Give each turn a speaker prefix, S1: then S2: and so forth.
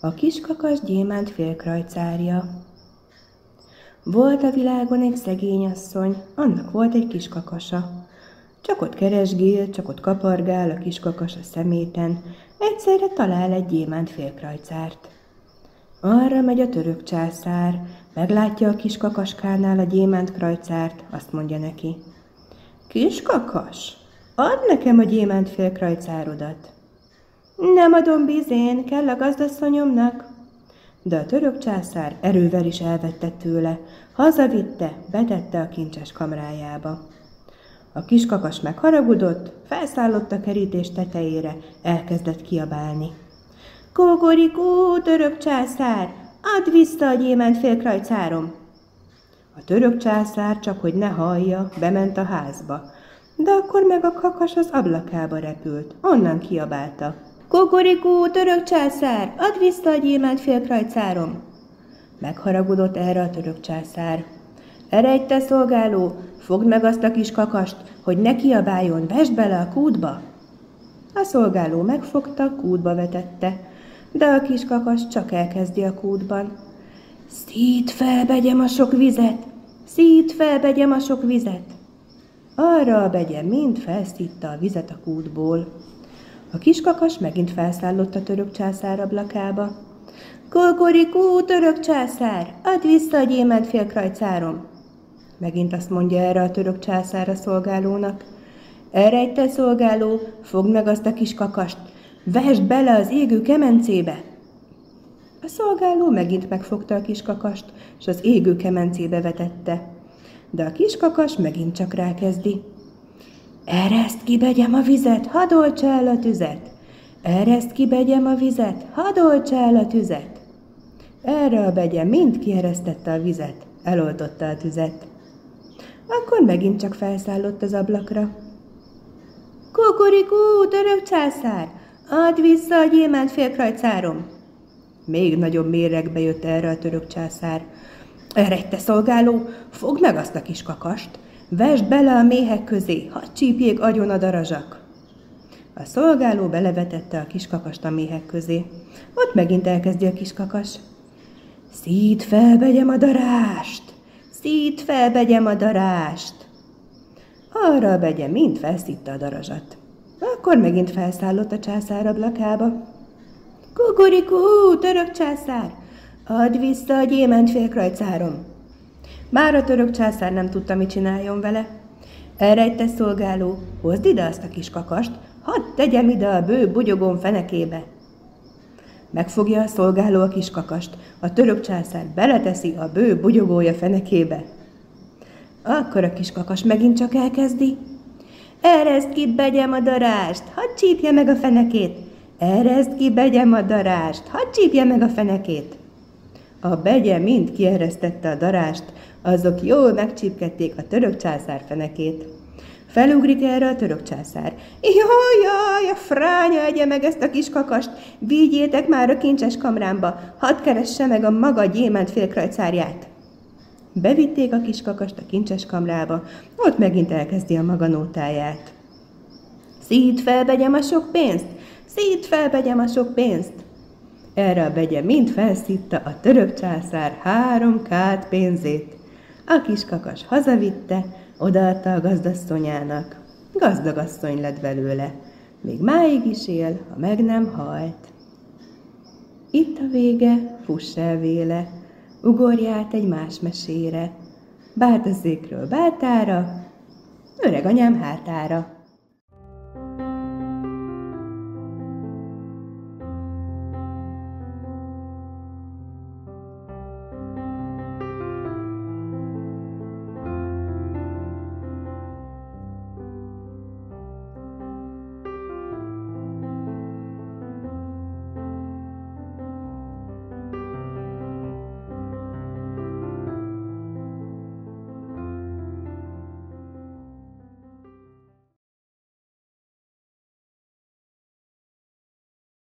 S1: A kiskakas gyémánt félkrajcárja. Volt a világon egy szegény asszony, annak volt egy kiskakasa. Csak ott keresgél, csak ott kapargál a kiskakas a szeméten, egyszerre talál egy gyémánt félkrajcárt. Arra megy a török császár, meglátja a kiskakaskánál a gyémánt krajcárt, azt mondja neki: Kiskakas, add nekem a gyémánt félkrajcárodat. Nem adom bizén, kell a gazdasszonyomnak. De a török császár erővel is elvette tőle, hazavitte, betette a kincses kamrájába. A kiskakas megharagudott, felszállott a kerítés tetejére, elkezdett kiabálni. Kukurikú, török császár, add vissza a gyémánt félkrajcárom! A török császár, csak hogy ne hallja, bement a házba, de akkor meg a kakas az ablakába repült, onnan kiabálta. Kukurikú, török császár, add vissza a gyémánt félkrajcárom! Megharagudott erre a török császár. Eredj, te szolgáló, fogd meg azt a kis kakast, hogy ne kiabáljon, vesd bele a kútba! A szolgáló megfogta, kútba vetette, de a kis kakas csak elkezdi a kútban. Szíd fel, begyem, a sok vizet! Szíd fel, begyem, a sok vizet! Arra a begye mind felszítta a vizet a kútból. A kiskakas megint felszállott a török császár ablakába. Kukurikú, török császár, add vissza a gyémánt félkrajcárom! Megint azt mondja erre a török császár a szolgálónak. Eredj, te szolgáló, fogd meg azt a kis kakast, vesd bele az égő kemencébe! A szolgáló megint megfogta a kis kakast, és az égő kemencébe vetette. De a kis kakas megint csak rákezdi. Ereszt ki, begyem, a vizet, hadd oltsa el a tüzet! Ereszt ki, begyem, a vizet, hadd oltsa el a tüzet! Erre a begye mind kieresztette a vizet, eloltotta a tüzet. Akkor megint csak felszállott az ablakra. Kukurikú, török császár, add vissza a gyémánt félkrajcárom! Még nagyobb méregbe jött erre a török császár. Eredj, te szolgáló, fogd meg azt a kis kakast, vesd bele a méhek közé, hadd csípjék agyon a darazsak! A szolgáló belevetette a kis kakast a méhek közé. Ott megint elkezdi a kis kakas. Szíd fel, begyem, a darást! Szíd fel, begyem, a darást! Arra a begye mind felszítta a darazsat. Akkor megint felszállott a császár ablakába. Kukurikú, török császár, add vissza a gyémánt félkrajcárom! Már a török császár nem tudta, mit csináljon vele. Eredj, te szolgáló, hozd ide azt a kis kakast, hadd tegyem ide a bő bugyogón fenekébe. Megfogja a szolgáló a kis kakast, a török császár beleteszi a bő bugyogója fenekébe. Akkor a kis kakas megint csak elkezdi. Ereszd ki, begyem, a darást, hadd csípje meg a fenekét! Ereszd ki, begyem, a darást, hadd csípje meg a fenekét! A begye mind kieresztette a darást, azok jól megcsípkedték a török császár fenekét. Felugrik erre a török császár. Jaj, a fránya egye meg ezt a kis kakast, vigyétek már a kincses kamrámba, hadd keresse meg a maga gyémánt félkrajcárját. Bevitték a kis kakast a kincses kamrába, ott megint elkezdi a maga nótáját. Szíd fel, begyem, a sok pénzt! Szíd fel, begyem, a sok pénzt! Erre a begye mind felszítta a török császár 3 kát pénzét. A kis kakas hazavitte, odaadta a gazdasszonyának. Gazdag asszony lett belőle, még máig is él, ha meg nem halt. Itt a vége, fuss el véle, ugorj át egy más mesére, bárdazékről báltára, öreg anyám hátára.